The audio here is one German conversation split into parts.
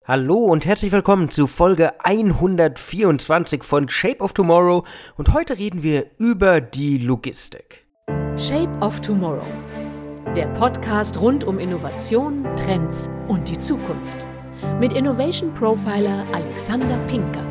Hallo und herzlich willkommen zu Folge 124 von Shape of Tomorrow und heute reden wir über die Logistik. Shape of Tomorrow, der Podcast rund um Innovation, Trends und die Zukunft. Mit Innovation Profiler Alexander Pinker.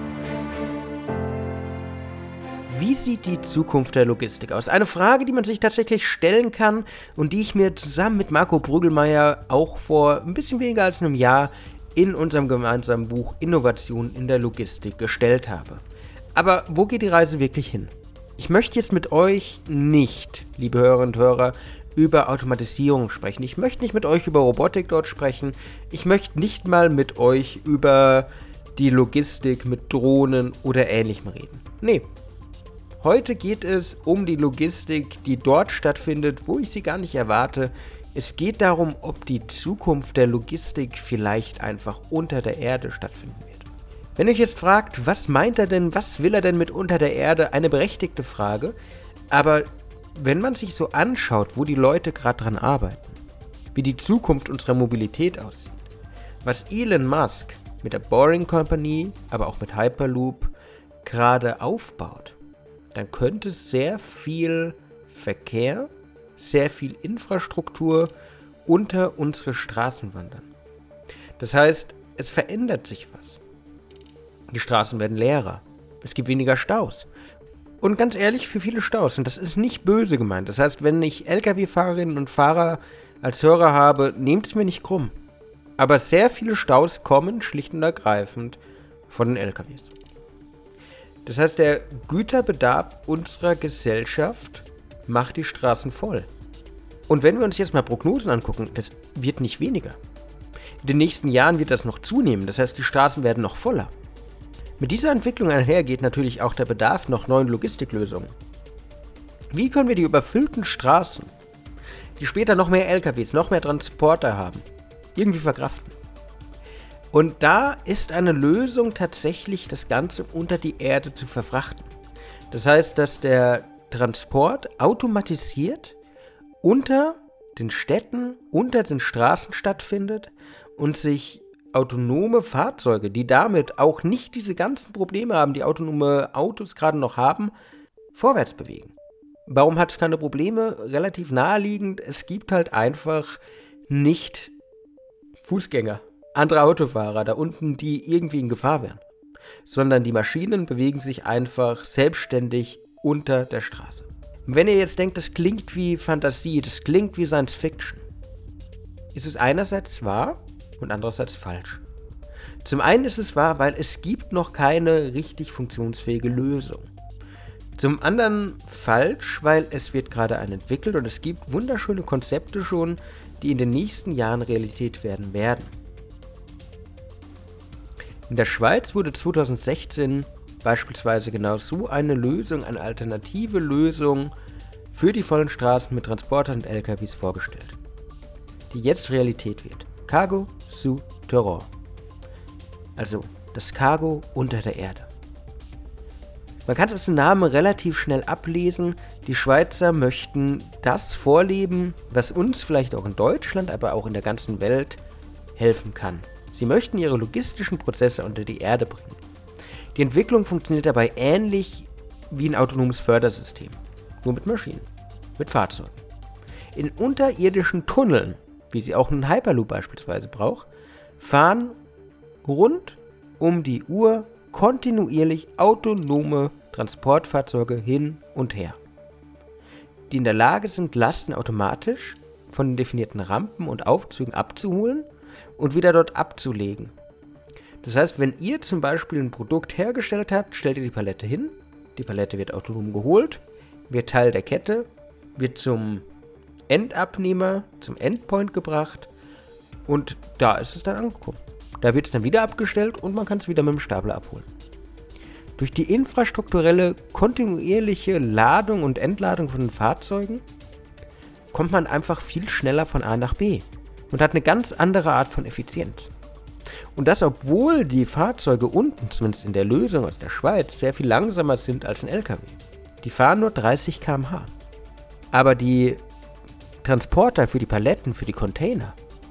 Wie sieht die Zukunft der Logistik aus? Eine Frage, die man sich tatsächlich stellen kann und die ich mir zusammen mit Marco Brüggelmeier auch vor ein bisschen weniger als einem Jahr in unserem gemeinsamen Buch Innovation in der Logistik gestellt habe. Aber wo geht die Reise wirklich hin? Ich möchte jetzt mit euch nicht, liebe Hörerinnen und Hörer, über Automatisierung sprechen. Ich möchte nicht mit euch über Robotik dort sprechen. Ich möchte nicht mal mit euch über die Logistik mit Drohnen oder Ähnlichem reden. Nee. Heute geht es um die Logistik, die dort stattfindet, wo ich sie gar nicht erwarte. Es geht darum, ob die Zukunft der Logistik vielleicht einfach unter der Erde stattfinden wird. Wenn ihr euch jetzt fragt, was meint er denn, was will er denn mit unter der Erde, eine berechtigte Frage. Aber wenn man sich so anschaut, wo die Leute gerade dran arbeiten, wie die Zukunft unserer Mobilität aussieht, was Elon Musk mit der Boring Company, aber auch mit Hyperloop gerade aufbaut, dann könnte sehr viel Verkehr, sehr viel Infrastruktur unter unsere Straßen wandern. Das heißt, es verändert sich was. Die Straßen werden leerer. Es gibt weniger Staus. Und ganz ehrlich, für viele Staus, und das ist nicht böse gemeint. Das heißt, wenn ich Lkw-Fahrerinnen und Fahrer als Hörer habe, nehmt es mir nicht krumm. Aber sehr viele Staus kommen schlicht und ergreifend von den Lkws. Das heißt, der Güterbedarf unserer Gesellschaft macht die Straßen voll. Und wenn wir uns jetzt mal Prognosen angucken, das wird nicht weniger. In den nächsten Jahren wird das noch zunehmen, das heißt, die Straßen werden noch voller. Mit dieser Entwicklung einhergeht natürlich auch der Bedarf nach neuen Logistiklösungen. Wie können wir die überfüllten Straßen, die später noch mehr LKWs, noch mehr Transporter haben, irgendwie verkraften? Und da ist eine Lösung tatsächlich, das Ganze unter die Erde zu verfrachten. Das heißt, dass der Transport automatisiert unter den Städten, unter den Straßen stattfindet und sich autonome Fahrzeuge, die damit auch nicht diese ganzen Probleme haben, die autonome Autos gerade noch haben, vorwärts bewegen. Warum hat es keine Probleme? Relativ naheliegend, es gibt halt einfach nicht Fußgänger, andere Autofahrer da unten, die irgendwie in Gefahr wären, sondern die Maschinen bewegen sich einfach selbstständig unter der Straße. Wenn ihr jetzt denkt, das klingt wie Fantasie, das klingt wie Science Fiction, ist es einerseits wahr und andererseits falsch. Zum einen ist es wahr, weil es gibt noch keine richtig funktionsfähige Lösung. Zum anderen falsch, weil es wird gerade entwickelt und es gibt wunderschöne Konzepte schon, die in den nächsten Jahren Realität werden werden. In der Schweiz wurde 2016 beispielsweise genau so eine Lösung, eine alternative Lösung für die vollen Straßen mit Transportern und LKWs vorgestellt, die jetzt Realität wird. Cargo Souterrain. Also das Cargo unter der Erde. Man kann es aus dem Namen relativ schnell ablesen. Die Schweizer möchten das vorleben, was uns vielleicht auch in Deutschland, aber auch in der ganzen Welt helfen kann. Sie möchten ihre logistischen Prozesse unter die Erde bringen. Die Entwicklung funktioniert dabei ähnlich wie ein autonomes Fördersystem, nur mit Maschinen, mit Fahrzeugen. In unterirdischen Tunneln, wie sie auch ein Hyperloop beispielsweise braucht, fahren rund um die Uhr kontinuierlich autonome Transportfahrzeuge hin und her, die in der Lage sind, Lasten automatisch von den definierten Rampen und Aufzügen abzuholen und wieder dort abzulegen. Das heißt, wenn ihr zum Beispiel ein Produkt hergestellt habt, stellt ihr die Palette hin, die Palette wird autonom geholt, wird Teil der Kette, wird zum Endabnehmer, zum Endpoint gebracht und da ist es dann angekommen. Da wird es dann wieder abgestellt und man kann es wieder mit dem Stapler abholen. Durch die infrastrukturelle, kontinuierliche Ladung und Entladung von den Fahrzeugen kommt man einfach viel schneller von A nach B und hat eine ganz andere Art von Effizienz. Und das, obwohl die Fahrzeuge unten, zumindest in der Lösung aus der Schweiz, sehr viel langsamer sind als ein LKW. Die fahren nur 30 km/h. Aber die Transporter für die Paletten, für die Container,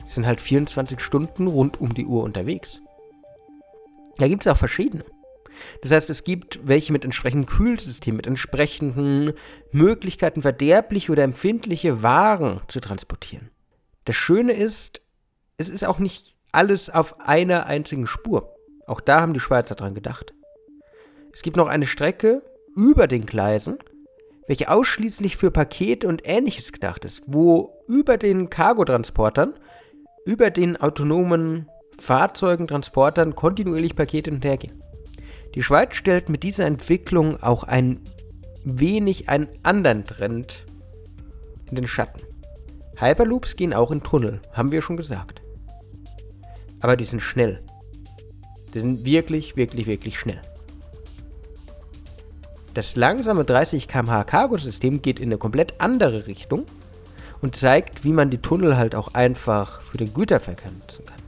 Die sind halt 24 Stunden rund um die Uhr unterwegs. Da gibt es auch verschiedene. Das heißt, es gibt welche mit entsprechendem Kühlsystem, mit entsprechenden Möglichkeiten, verderbliche oder empfindliche Waren zu transportieren. Das Schöne ist, es ist auch nicht alles auf einer einzigen Spur. Auch da haben die Schweizer dran gedacht. Es gibt noch eine Strecke über den Gleisen, welche ausschließlich für Pakete und Ähnliches gedacht ist, wo über den Cargotransportern, über den autonomen Fahrzeugen, Transportern kontinuierlich Pakete hin und her gehen. Die Schweiz stellt mit dieser Entwicklung auch ein wenig einen anderen Trend in den Schatten. Hyperloops gehen auch in Tunnel, haben wir schon gesagt. Aber die sind schnell. Die sind wirklich, wirklich, wirklich schnell. Das langsame 30 km/h Cargosystem geht in eine komplett andere Richtung und zeigt, wie man die Tunnel halt auch einfach für den Güterverkehr nutzen kann.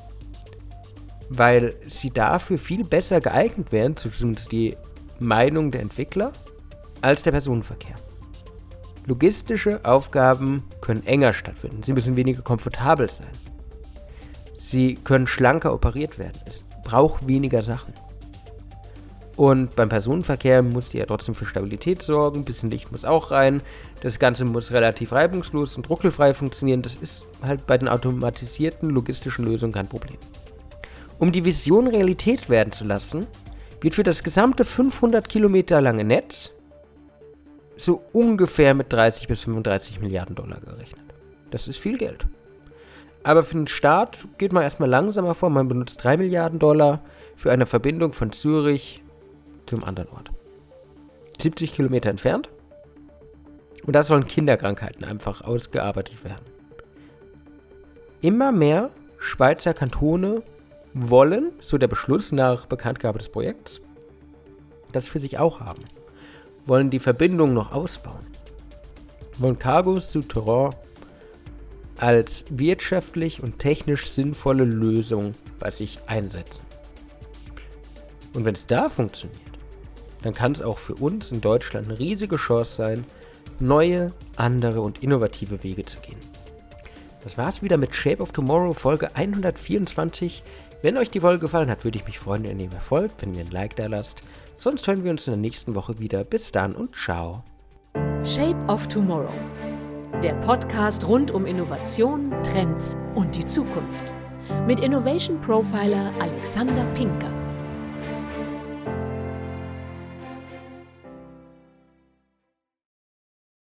Weil sie dafür viel besser geeignet wären, zumindest die Meinung der Entwickler, als der Personenverkehr. Logistische Aufgaben können enger stattfinden, sie müssen weniger komfortabel sein. Sie können schlanker operiert werden, es braucht weniger Sachen. Und beim Personenverkehr muss die ja trotzdem für Stabilität sorgen, ein bisschen Licht muss auch rein, das Ganze muss relativ reibungslos und ruckelfrei funktionieren, das ist halt bei den automatisierten logistischen Lösungen kein Problem. Um die Vision Realität werden zu lassen, wird für das gesamte 500 Kilometer lange Netz so ungefähr mit 30 bis 35 Milliarden Dollar gerechnet. Das ist viel Geld. Aber für den Start geht man erstmal langsamer vor, man benutzt 3 Milliarden Dollar für eine Verbindung von Zürich zum anderen Ort. 70 Kilometer entfernt. Und da sollen Kinderkrankheiten einfach ausgearbeitet werden. Immer mehr Schweizer Kantone wollen, so der Beschluss nach Bekanntgabe des Projekts, das für sich auch haben. Wollen die Verbindung noch ausbauen. Wollen Cargos Souterrain als wirtschaftlich und technisch sinnvolle Lösung bei sich einsetzen. Und wenn es da funktioniert, dann kann es auch für uns in Deutschland eine riesige Chance sein, neue, andere und innovative Wege zu gehen. Das war's wieder mit Shape of Tomorrow, Folge 124. Wenn euch die Folge gefallen hat, würde ich mich freuen, wenn ihr mir folgt, wenn ihr ein Like da lasst. Sonst hören wir uns in der nächsten Woche wieder. Bis dann und ciao. Shape of Tomorrow. Der Podcast rund um Innovation, Trends und die Zukunft. Mit Innovation Profiler Alexander Pinker.